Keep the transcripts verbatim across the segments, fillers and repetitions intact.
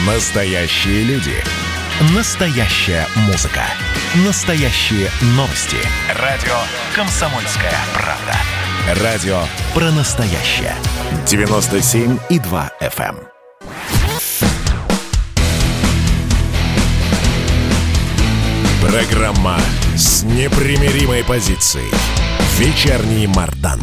Настоящие люди. Настоящая музыка. Настоящие новости. Радио «Комсомольская правда». Радио про настоящее. девяносто семь и два эф эм. Программа с непримиримой позицией. Вечерний Мардан.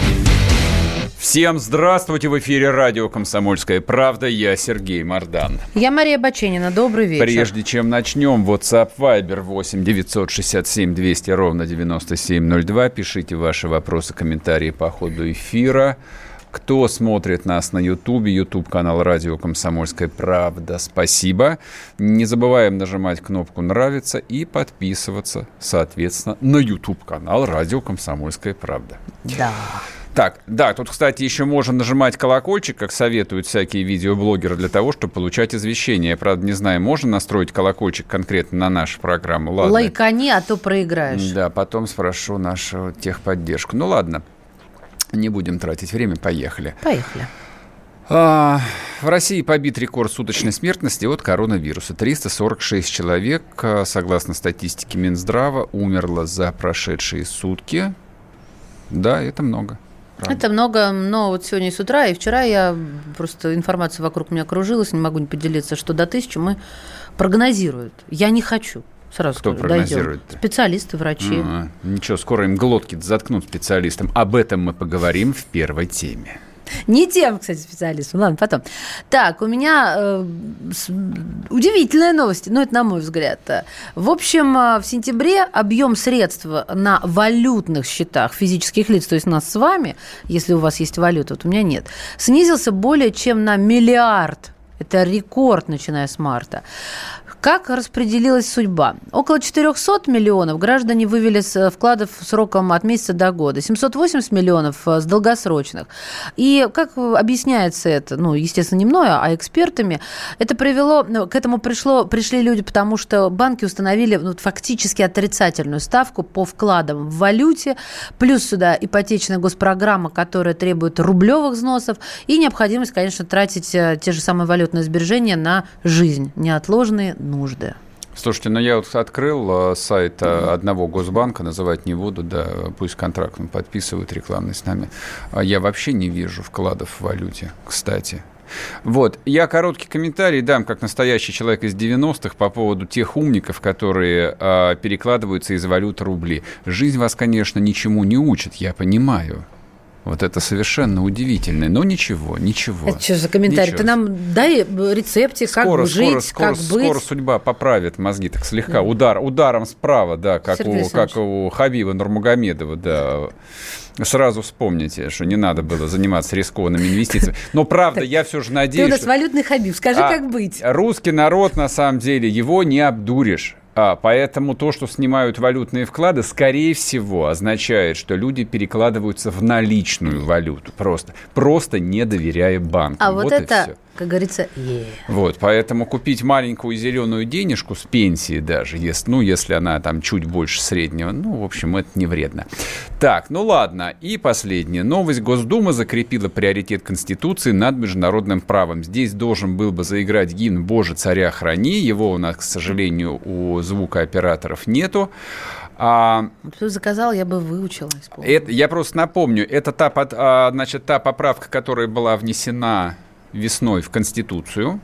Всем здравствуйте! В эфире радио «Комсомольская правда». Я Сергей Мардан. Я Мария Баченина. Добрый вечер. Прежде чем начнем, WhatsApp Viber восемь девятьсот шестьдесят семь двести ровно девяносто семь ноль два. Пишите ваши вопросы, комментарии по ходу эфира. Кто смотрит нас на Ютубе, Ютуб-канал радио «Комсомольская правда», спасибо. Не забываем нажимать кнопку «Нравится» и подписываться, соответственно, на Ютуб-канал радио «Комсомольская правда». Да. Так, да, тут, кстати, еще можно нажимать колокольчик, как советуют всякие видеоблогеры, для того, чтобы получать извещения. Я, правда, не знаю, можно настроить колокольчик конкретно на нашу программу? Ладно. Лайкани, а то проиграешь. Да, потом спрошу нашу техподдержку. Ну, ладно, не будем тратить время, поехали. Поехали. А, в России побит рекорд суточной смертности от коронавируса. триста сорок шесть человек, согласно статистике Минздрава, умерло за прошедшие сутки. Да, это много. Правда. Это много, но вот сегодня с утра и вчера я просто информация вокруг меня кружилась, не могу не поделиться, что до тысячи мы прогнозируют. Я не хочу. Сразу Кто скажу, прогнозирует? Дойдем. Специалисты, врачи. А, ничего, скоро им глотки заткнут специалистам. Об этом мы поговорим в первой теме. Не тем, кстати, специалистам. Ладно, потом. Так, у меня э, с, удивительные новости, ну, это на мой взгляд. В общем, в сентябре объем средств на валютных счетах физических лиц, то есть нас с вами, если у вас есть валюта, вот у меня нет, снизился более чем на миллиард. Это рекорд, начиная с марта. Как распределилась судьба? Около четыреста миллионов граждане вывели с вкладов сроком от месяца до года, семьсот восемьдесят миллионов с долгосрочных. И как объясняется это? Ну, естественно, не мною, а экспертами. Это привело, к этому пришло, пришли люди, потому что банки установили ну, фактически отрицательную ставку по вкладам в валюте, плюс сюда ипотечная госпрограмма, которая требует рублевых взносов, и необходимость, конечно, тратить те же самые валютные сбережения на жизнь, неотложные нужды. Слушайте, ну я вот открыл сайт одного госбанка, называть не буду, да, пусть контракт он подписывают рекламный с нами. Я вообще не вижу вкладов в валюте, кстати. Вот, я короткий комментарий дам, как настоящий человек из девяностых, по поводу тех умников, которые а, перекладываются из валют рубли. Жизнь вас, конечно, ничему не учит, я понимаю. Вот это совершенно удивительно. Но ничего, ничего. Это что за комментарий? Ничего. Ты нам дай рецептик, как скоро, жить, скоро, как скоро, быть. Скоро судьба поправит мозги так слегка. Да. Удар, ударом справа, да, как у, как у Хабиба Нурмагомедова, да. Сразу вспомните, что не надо было заниматься рискованными инвестициями. Но правда, я все же надеюсь... Ты у нас валютный Хабиб, скажи, как быть. Русский народ, на самом деле, его не обдуришь. А, поэтому то, что снимают валютные вклады, скорее всего, означает, что люди перекладываются в наличную валюту. Просто, просто не доверяя банкам. А вот, вот это, как говорится, yeah. Вот, поэтому купить маленькую зеленую денежку с пенсии даже, если, ну, если она там чуть больше среднего, ну, в общем, это не вредно. Так, ну ладно. И последняя новость. Госдума закрепила приоритет Конституции над международным правом. Здесь должен был бы заиграть гимн «Боже, царя храни». Его у нас, к сожалению, у звукооператоров нету. А, Кто заказал, я бы выучила. Это, я просто напомню, это та, а, значит, та поправка, которая была внесена весной в Конституцию.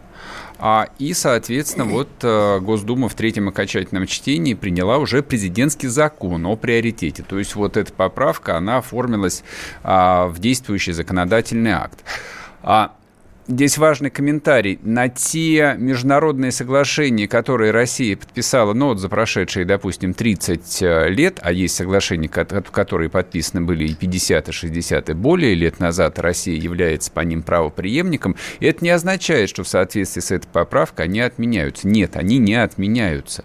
А, и, соответственно, вот Госдума в третьем окончательном чтении приняла уже президентский закон о приоритете. То есть вот эта поправка, она оформилась а, в действующий законодательный акт. А, Здесь важный комментарий. На те международные соглашения, которые Россия подписала, ну, вот за прошедшие, допустим, тридцать лет, а есть соглашения, которые подписаны были и пятьдесят, и шестьдесят, и более лет назад, Россия является по ним правопреемником, и это не означает, что в соответствии с этой поправкой они отменяются. Нет, они не отменяются.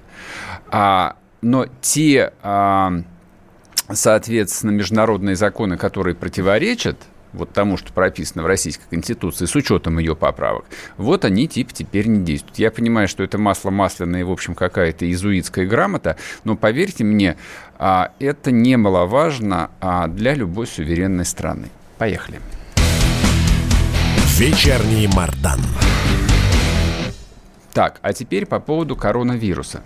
А, но те, а, соответственно, международные законы, которые противоречат вот тому, что прописано в Российской Конституции, с учетом ее поправок, вот они типа теперь не действуют. Я понимаю, что это масло масляное, в общем, какая-то иезуитская грамота, но, поверьте мне, это немаловажно для любой суверенной страны. Поехали. Вечерний Мардан. Так, а теперь по поводу коронавируса.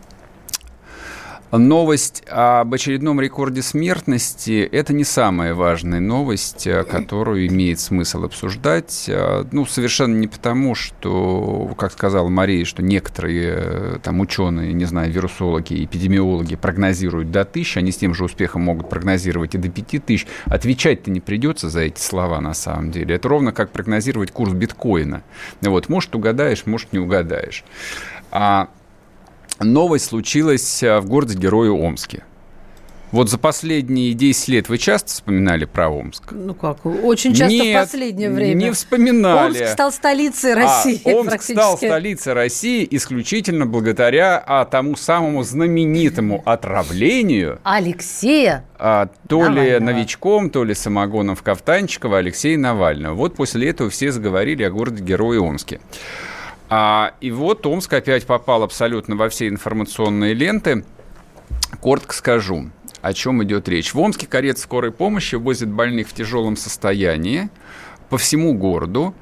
Новость об очередном рекорде смертности – это не самая важная новость, которую имеет смысл обсуждать. Ну, совершенно не потому, что, как сказала Мария, что некоторые там ученые, не знаю, вирусологи, эпидемиологи прогнозируют до тысячи, они с тем же успехом могут прогнозировать и до пяти тысяч. Отвечать-то не придется за эти слова на самом деле. Это ровно как прогнозировать курс биткоина. Вот, может, угадаешь, может, не угадаешь. А новость случилась в городе-герое Омске. Вот за последние десять лет вы часто вспоминали про Омск? Ну как, очень часто Нет, в последнее время. Не вспоминали. Омск стал столицей России. А, Омск стал столицей России исключительно благодаря а, тому самому знаменитому отравлению Алексея а, то Навального. ли новичком, то ли самогоном в Кафтанчиково Алексея Навального. Вот после этого все заговорили о городе-герое Омске. А, и вот Омск опять попал абсолютно во все информационные ленты. Коротко скажу, о чем идет речь. В Омске карета скорой помощи возит больных в тяжелом состоянии по всему городу.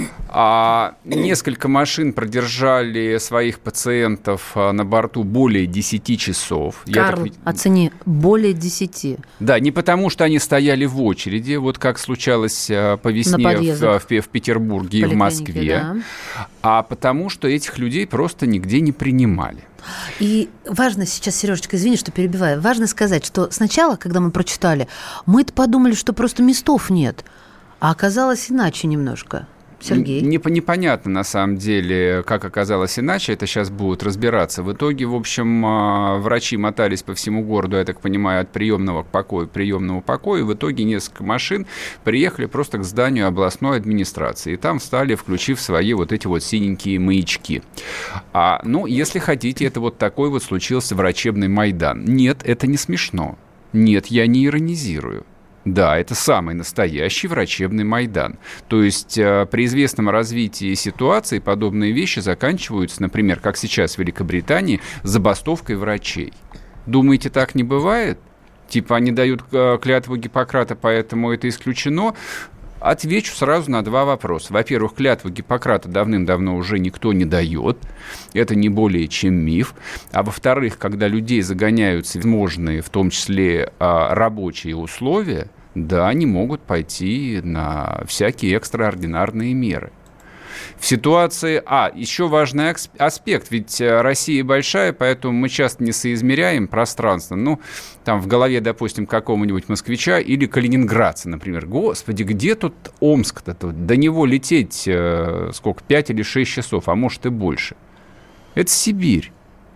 А несколько машин продержали своих пациентов на борту более десяти часов. Карл, так... оцени, более десяти. Да, не потому, что они стояли в очереди, вот как случалось по весне в, в, в Петербурге и в Москве, да. А потому, что этих людей просто нигде не принимали. И важно сейчас, Сережечка, извини, что перебиваю, важно сказать, что сначала, когда мы прочитали, мы-то подумали, что просто местов нет, а оказалось иначе немножко. Сергей. Непонятно, на самом деле, как оказалось иначе. Это сейчас будут разбираться. В итоге, в общем, врачи мотались по всему городу, я так понимаю, от приемного к покою, приемного покоя. В итоге несколько машин приехали просто к зданию областной администрации. И там встали, включив свои вот эти вот синенькие маячки. А, ну, если хотите, это вот такой вот случился врачебный Майдан. Нет, это не смешно. Нет, я не иронизирую. Да, это самый настоящий врачебный Майдан. То есть э, при известном развитии ситуации подобные вещи заканчиваются, например, как сейчас в Великобритании, забастовкой врачей. Думаете, так не бывает? Типа они дают э, клятву Гиппократа, поэтому это исключено? Отвечу сразу на два вопроса. Во-первых, клятву Гиппократа давным-давно уже никто не дает. Это не более чем миф. А во-вторых, когда людей загоняют в возможные, в том числе рабочие условия, да, они могут пойти на всякие экстраординарные меры. В ситуации... А, еще важный аспект, ведь Россия большая, поэтому мы часто не соизмеряем пространство. Ну, там в голове, допустим, какого-нибудь москвича или калининградца, например. Господи, где тут Омск-то? До него лететь сколько? пять или шесть часов, а может и больше. Это Сибирь.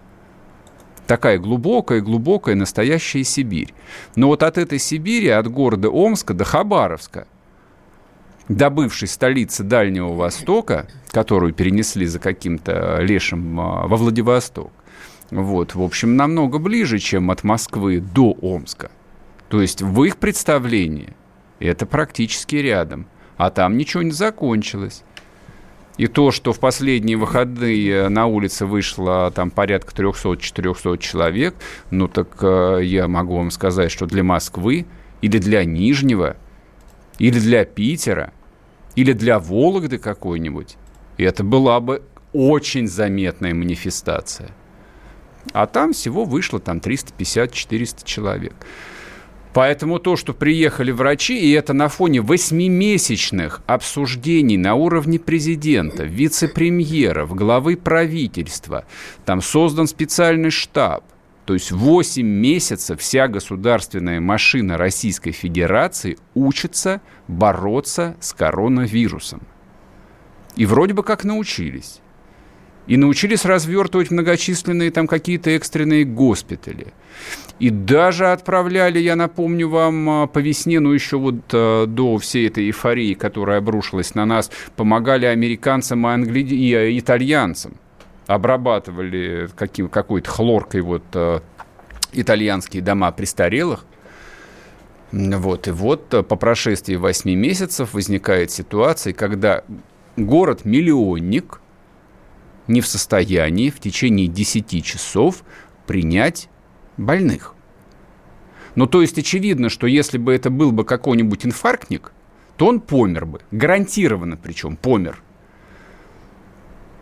Такая глубокая-глубокая настоящая Сибирь. Но вот от этой Сибири, от города Омска до Хабаровска, до бывшей столицы Дальнего Востока, которую перенесли за каким-то лешим во Владивосток, вот, в общем, намного ближе, чем от Москвы до Омска. То есть в их представлении это практически рядом, а там ничего не закончилось. И то, что в последние выходные на улице вышло там порядка триста-четыреста человек, ну так э, я могу вам сказать, что для Москвы или для Нижнего, или для Питера, или для Вологды какой-нибудь, это была бы очень заметная манифестация. А там всего вышло там триста пятьдесят - четыреста человек. Поэтому то, что приехали врачи, и это на фоне восьмимесячных обсуждений на уровне президента, вице-премьеров, главы правительства, там создан специальный штаб. То есть восемь месяцев вся государственная машина Российской Федерации учится бороться с коронавирусом. И вроде бы как научились. И научились развертывать многочисленные там какие-то экстренные госпитали. И даже отправляли, я напомню вам, по весне, ну еще вот до всей этой эйфории, которая обрушилась на нас, помогали американцам и, англи... и итальянцам. Обрабатывали каким, какой-то хлоркой вот, э, итальянские дома престарелых. Вот, и вот по прошествии восьми месяцев возникает ситуация, когда город-миллионник не в состоянии в течение десяти часов принять больных. Ну, то есть очевидно, что если бы это был бы какой-нибудь инфарктник, то он помер бы. Гарантированно причем помер.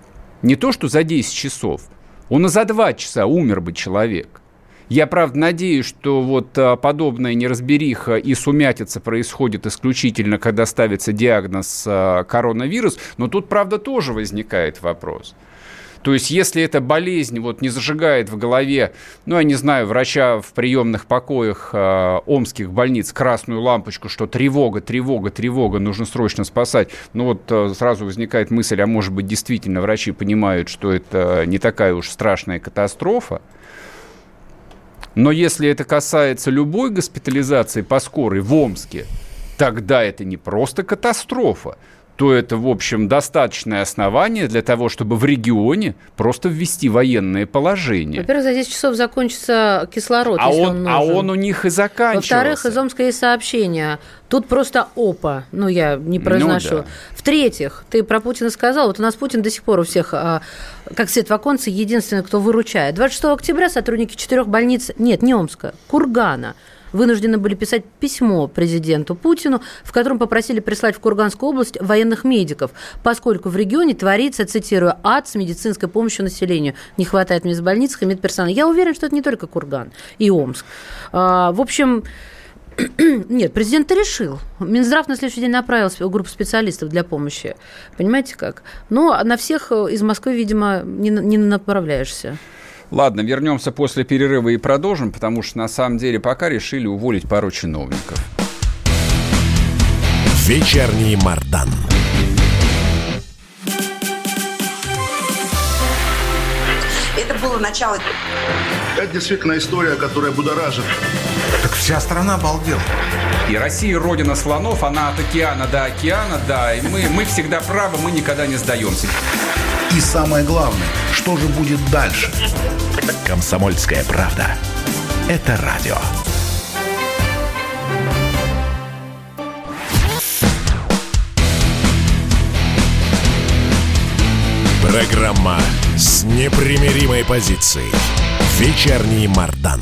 Не то, что за десять часов. Он и за два часа умер бы человек. Я, правда, надеюсь, что вот подобная неразбериха и сумятица происходит исключительно, когда ставится диагноз коронавирус, но тут, правда, тоже возникает вопрос. То есть, если эта болезнь вот не зажигает в голове, ну, я не знаю, врача в приемных покоях э, омских больниц красную лампочку, что тревога, тревога, тревога, нужно срочно спасать, ну, вот э, сразу возникает мысль, а может быть, действительно врачи понимают, что это не такая уж страшная катастрофа. Но если это касается любой госпитализации по скорой в Омске, тогда это не просто катастрофа, то это, в общем, достаточное основание для того, чтобы в регионе просто ввести военное положение. Во-первых, за десять часов закончится кислород, а если он, он нужен. А он у них и заканчивался. Во-вторых, из Омска есть сообщение. Тут просто опа. Ну, я не произношу. Ну, да. В-третьих, ты про Путина сказал. Вот у нас Путин до сих пор у всех, как свет в оконце, единственный, кто выручает. двадцать шестого октября сотрудники четырех больниц, нет, не Омска, Кургана, вынуждены были писать письмо президенту Путину, в котором попросили прислать в Курганскую область военных медиков, поскольку в регионе творится, цитирую, ад с медицинской помощью населению. Не хватает мест в больницах и медперсонала. Я уверена, что это не только Курган и Омск. В общем, нет, президент-то решил. Минздрав на следующий день направил группу специалистов для помощи. Понимаете как? Но на всех из Москвы, видимо, не, не направляешься. Ладно, вернемся после перерыва и продолжим, потому что на самом деле пока решили уволить пару чиновников. Вечерний Мардан. Это было начало. Это действительно история, которая будоражит. Так вся страна обалдела. И Россия родина слонов, она от океана до океана, да, и мы, мы всегда правы, мы никогда не сдаемся. И самое главное, что же будет дальше? «Комсомольская правда». Это радио. Программа с непримиримой позицией. Вечерний Мардан.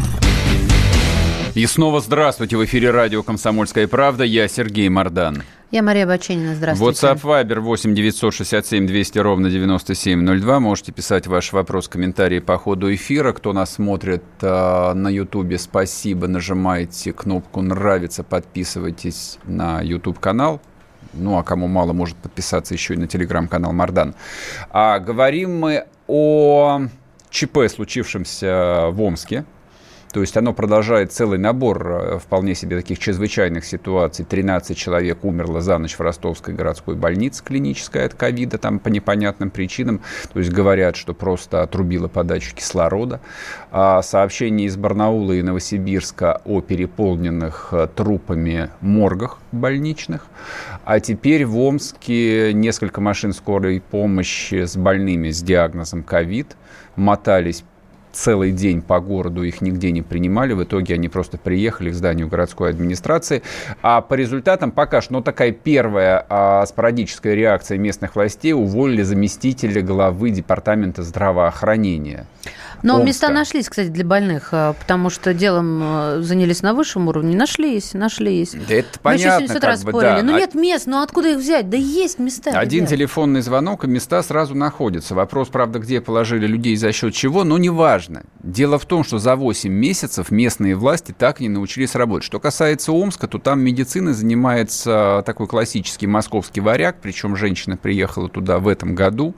И снова здравствуйте. В эфире радио «Комсомольская правда». Я Сергей Мардан. Я Мария Баченина. Здравствуйте. WhatsApp, Viber восемь девятьсот шестьдесят семь двести ровно девяносто семь ноль два. Можете писать ваш вопрос, комментарии по ходу эфира. Кто нас смотрит э, на Ютубе, спасибо. Нажимайте кнопку «Нравится», подписывайтесь на YouTube-канал. Ну, а кому мало, может подписаться еще и на телеграм-канал Мардан. А говорим мы о ЧП, случившемся в Омске. То есть оно продолжает целый набор вполне себе таких чрезвычайных ситуаций. тринадцать человек умерло за ночь в Ростовской городской больнице клинической от ковида, там по непонятным причинам. То есть говорят, что просто отрубило подачу кислорода. А сообщения из Барнаула и Новосибирска о переполненных трупами моргах больничных. А теперь в Омске несколько машин скорой помощи с больными с диагнозом ковид мотались целый день по городу, их нигде не принимали. В итоге они просто приехали к зданию городской администрации. А по результатам пока что, ну, такая первая а, спорадическая реакция местных властей: уволили заместителя главы департамента здравоохранения. Но Омска. Места нашлись, кстати, для больных, потому что делом занялись на высшем уровне. Нашлись, нашлись. Да это Мы еще понятно, сегодня с утра как бы, спорили. да. Ну, нет мест, ну откуда их взять? Да есть места. Один ребят. телефонный звонок, и места сразу находятся. Вопрос, правда, где положили людей, за счет чего, но неважно. Дело в том, что за восемь месяцев местные власти так и не научились работать. Что касается Омска, то там медициной занимается такой классический московский варяг, причем женщина приехала туда в этом году,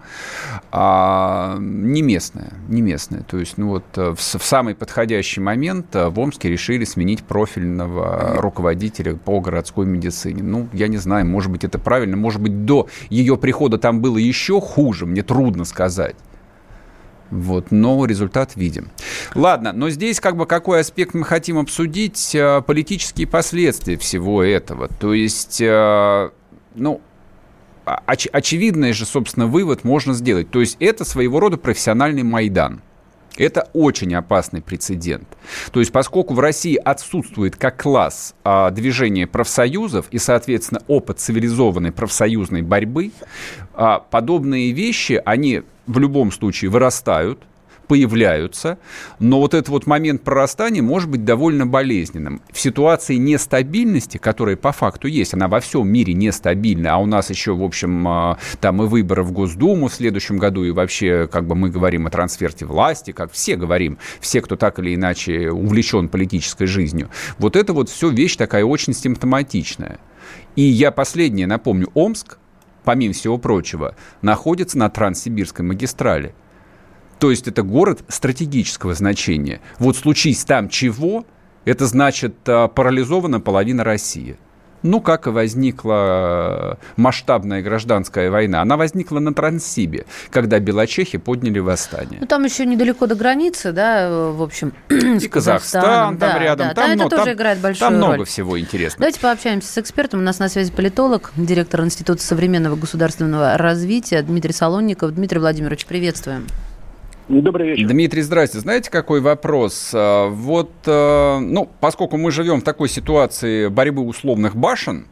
а не местная, не местная. То есть, ну вот в, в самый подходящий момент в Омске решили сменить профильного руководителя по городской медицине. Ну, я не знаю, может быть, это правильно, может быть, до ее прихода там было еще хуже, мне трудно сказать. Вот, но результат видим. Ладно, но здесь как бы какой аспект мы хотим обсудить? Политические последствия всего этого. То есть, ну, оч- очевидный же, собственно, вывод можно сделать. То есть это своего рода профессиональный Майдан. Это очень опасный прецедент. То есть, поскольку в России отсутствует как класс а, движение профсоюзов и, соответственно, опыт цивилизованной профсоюзной борьбы, а, подобные вещи, они в любом случае вырастают, появляются, но вот этот вот момент прорастания может быть довольно болезненным. В ситуации нестабильности, которая по факту есть, она во всем мире нестабильна, а у нас еще, в общем, там и выборы в Госдуму в следующем году, и вообще, как бы мы говорим о трансферте власти, как все говорим, все, кто так или иначе увлечен политической жизнью. Вот это вот все вещь такая очень симптоматичная. И я последнее напомню, Омск, помимо всего прочего, находится на Транссибирской магистрали. То есть это город стратегического значения. Вот случись там чего, это значит парализована половина России. Ну, как и возникла масштабная гражданская война. Она возникла на Транссибе, когда белочехи подняли восстание. Ну, там еще недалеко до границы, да, в общем, и Казахстан там да, Да, рядом. Там, это но, тоже там, играет большую там роль. много всего интересного. Давайте пообщаемся с экспертом. У нас на связи политолог, директор Института современного государственного развития Дмитрий Солонников. Дмитрий Владимирович, приветствуем. Добрый вечер. Дмитрий, здрасте. Знаете, какой вопрос? Вот, ну, поскольку мы живем в такой ситуации борьбы условных башен,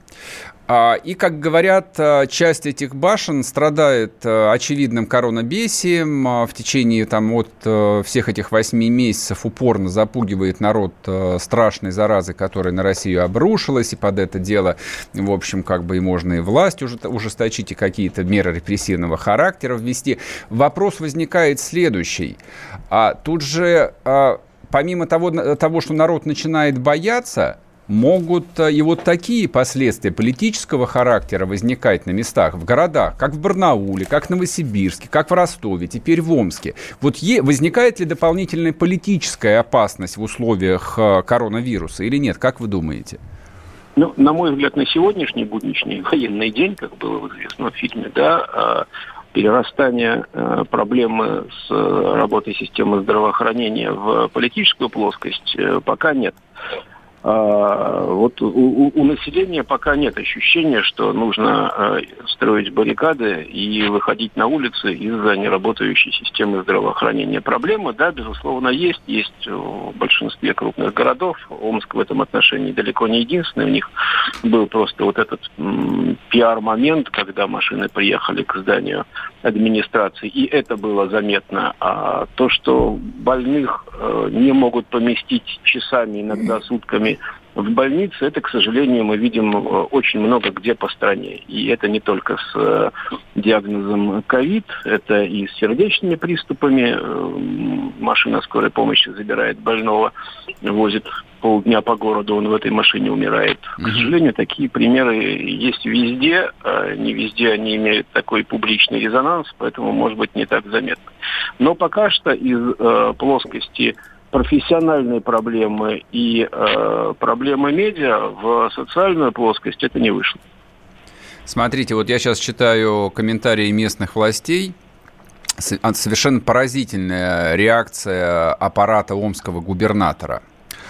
и, как говорят, часть этих башен страдает очевидным коронабесием, в течение там, от всех этих восьми месяцев упорно запугивает народ страшной заразой, которая на Россию обрушилась, и под это дело, в общем, как бы и можно и власть ужесточить, и какие-то меры репрессивного характера ввести. Вопрос возникает следующий. А тут же, помимо того, того, что народ начинает бояться, могут и вот такие последствия политического характера возникать на местах, в городах, как в Барнауле, как в Новосибирске, как в Ростове, теперь в Омске. Вот е- возникает ли дополнительная политическая опасность в условиях э, коронавируса или нет? Как вы думаете? Ну, на мой взгляд, на сегодняшний будничный военный день, как было известно в фильме, да, перерастание э, проблемы с работой системы здравоохранения в политическую плоскость э, пока нет. А, вот у, у населения пока нет ощущения, что нужно э, строить баррикады и выходить на улицы из-за неработающей системы здравоохранения. Проблемы, да, безусловно, есть. Есть в большинстве крупных городов. Омск в этом отношении далеко не единственный. У них был просто вот этот м, пиар-момент, когда машины приехали к зданию администрации, и это было заметно. А то, что больных э, не могут поместить часами, иногда сутками в больнице, это, к сожалению, мы видим очень много где по стране. И это не только с э, диагнозом ковид, это и с сердечными приступами. Э, машина скорой помощи забирает больного, возит полдня по городу, он в этой машине умирает. К сожалению, такие примеры есть везде. Э, не везде они имеют такой публичный резонанс, поэтому, может быть, не так заметно. Но пока что из э, плоскости профессиональные проблемы и э, проблемы медиа в социальную плоскость это не вышло. Смотрите, вот я сейчас читаю комментарии местных властей. Совершенно поразительная реакция аппарата омского губернатора.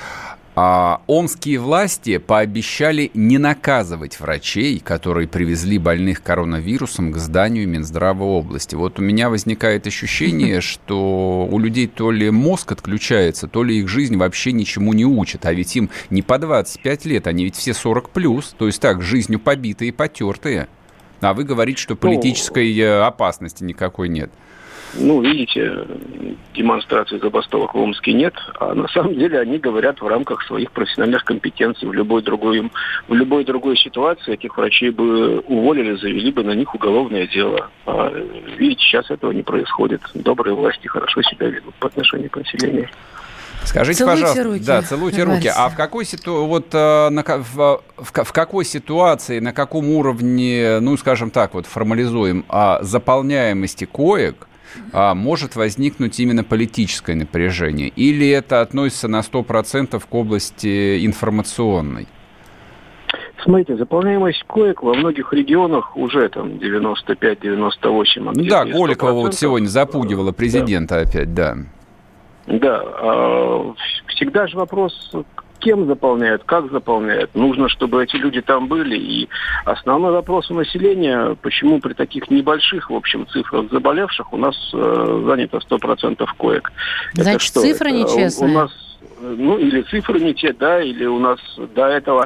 А омские власти пообещали не наказывать врачей, которые привезли больных коронавирусом к зданию Минздрава области. Вот у меня возникает ощущение, что у людей то ли мозг отключается, то ли их жизнь вообще ничему не учит. А ведь им не по двадцать пять лет, они ведь все сорок плюс, то есть так, жизнью побитые и потертые. А вы говорите, что политической опасности никакой нет. Ну, видите, демонстраций забастовок в Омске нет, а на самом деле они говорят в рамках своих профессиональных компетенций. В любой другой, в любой другой ситуации этих врачей бы уволили, завели бы на них уголовное дело. А, видите, сейчас этого не происходит. Добрые власти хорошо себя ведут по отношению к населению. Скажите, целуйте пожалуйста, руки, да, целуйте руки. А в какой ситу... вот на... в... в какой ситуации, на каком уровне, ну, скажем так, вот формализуем, заполняемости коек а, может возникнуть именно политическое напряжение? Или это относится на сто процентов к области информационной? Смотрите, заполняемость коек во многих регионах уже там девяносто пять - девяносто восемь процентов. Да, Голикова вот сегодня запугивала президента да. опять, да. Да, всегда же вопрос, кем заполняют, как заполняют. Нужно, чтобы эти люди там были. И основной вопрос у населения, почему при таких небольших, в общем, цифрах заболевших у нас э, занято сто процентов коек. Значит, что? Цифры Это, нечестные. У нас, ну, или цифры не те, да, или у нас до этого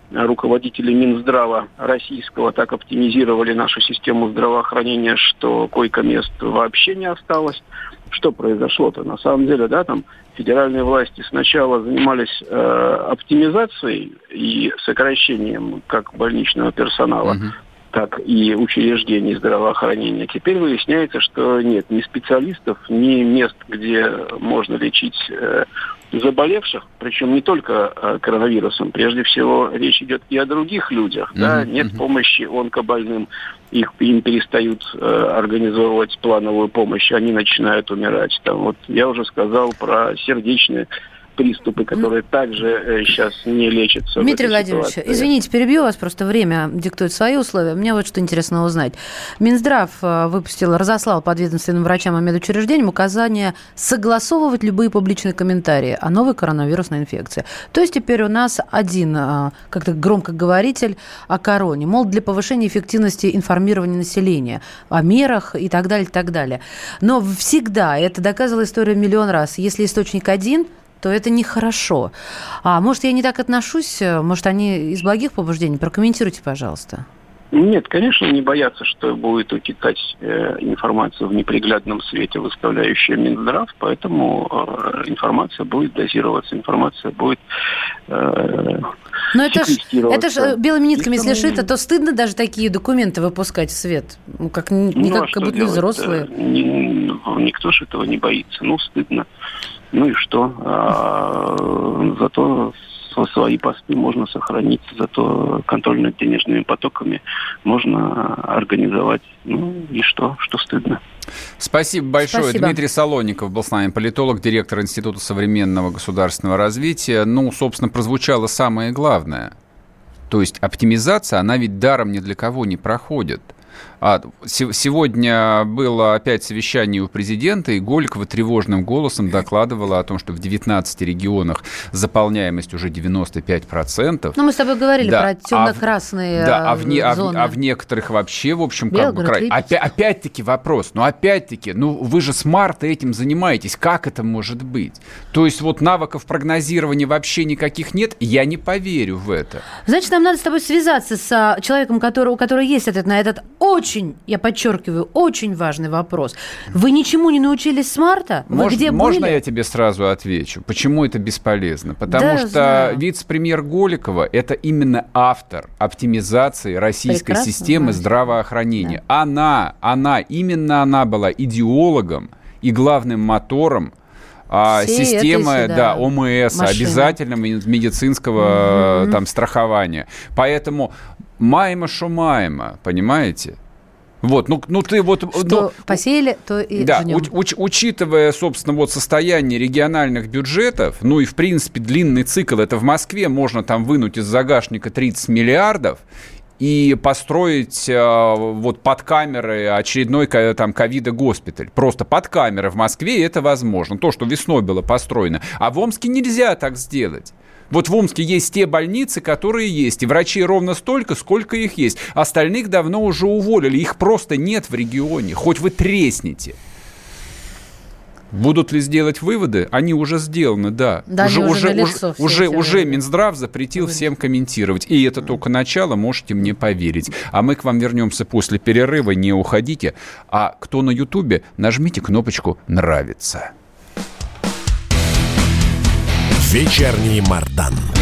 руководители Минздрава российского так оптимизировали нашу систему здравоохранения, что койко-мест вообще не осталось. Что произошло-то? На самом деле, да, там федеральные власти сначала занимались э, оптимизацией и сокращением как больничного персонала, uh-huh. так и учреждений здравоохранения. Теперь выясняется, что нет ни специалистов, ни мест, где можно лечить э, заболевших, причем не только э, коронавирусом. Прежде всего, речь идет и о других людях. Mm-hmm. Да? Нет mm-hmm. помощи онкобольным, их, им перестают э, организовывать плановую помощь, они начинают умирать. Там, вот, я уже сказал про сердечные приступы, которые также э, сейчас не лечатся. Дмитрий Владимирович, ситуации. Извините, перебью вас, просто время диктует свои условия. Мне вот что интересно узнать. Минздрав выпустил, разослал подведомственным врачам и медучреждениям указание согласовывать любые публичные комментарии о новой коронавирусной инфекции. То есть теперь у нас один, как-то громкоговоритель о короне, мол, для повышения эффективности информирования населения о мерах и так далее, и так далее. Но всегда, это доказывала история миллион раз, если источник один, то это нехорошо. А может, я не так отношусь? Может, они из благих побуждений? Прокомментируйте, пожалуйста. Нет, конечно, не боятся, что будет утекать э, информация в неприглядном свете, выставляющая Минздрав, поэтому э, информация будет дозироваться, информация будет э, Но это ж, это ж белыми нитками, если шито, то стыдно даже такие документы выпускать в свет. Ну, как, не ну, как, а как будто не взрослые. Ни, никто же этого не боится. Ну, стыдно. Ну и что? А, зато свои посты можно сохранить, зато контроль над денежными потоками можно организовать. Ну и что? Что стыдно? Спасибо большое. Спасибо. Дмитрий Солоников был с нами, политолог, директор Института современного государственного развития. Ну, собственно, прозвучало самое главное. То есть оптимизация, она ведь даром ни для кого не проходит. А, сегодня было опять совещание у президента, и Голикова тревожным голосом докладывала о том, что в девятнадцати регионах заполняемость уже девяносто пять процентов. Ну, мы с тобой говорили да, про темно-красные а в, да, а в, не, зоны. А в, а в некоторых вообще, в общем, Белгород, как бы край. Опять, опять-таки вопрос, ну опять-таки, ну вы же с марта этим занимаетесь, как это может быть? То есть вот навыков прогнозирования вообще никаких нет, я не поверю в это. Значит, нам надо с тобой связаться с человеком, который, у которого есть ответ на этот очень, я подчеркиваю, очень важный вопрос. Вы ничему не научились с марта? Вы Мож, где можно были? Я тебе сразу отвечу? Почему это бесполезно? Потому да, что знаю. вице-премьер Голикова – это именно автор оптимизации российской Прекрасно системы знаю. здравоохранения. Да. Она, она, именно она была идеологом и главным мотором а, системы этой, да, да, ОМС, машины. обязательного медицинского угу. там, страхования. Поэтому майма шо майма, понимаете? Вот, ну, ну ты вот... Что ну, посеяли, то и да, жнем. уч, учитывая, собственно, вот состояние региональных бюджетов, ну и, в принципе, длинный цикл, это в Москве можно там вынуть из загашника тридцать миллиардов и построить э, вот под камеры очередной там ковида-госпиталь. Просто под камеры в Москве это возможно. То, что весной было построено. А в Омске нельзя так сделать. Вот в Омске есть те больницы, которые есть, и врачей ровно столько, сколько их есть. Остальных давно уже уволили, их просто нет в регионе, хоть вы тресните. Будут ли сделать выводы? Они уже сделаны, да. Да, уже, уже, уже, уже, уже, уже Минздрав запретил Вы... всем комментировать. И это только начало, можете мне поверить. А мы к вам вернемся после перерыва, не уходите. А кто на Ютубе, нажмите кнопочку «Нравится». Вечерний Мардан.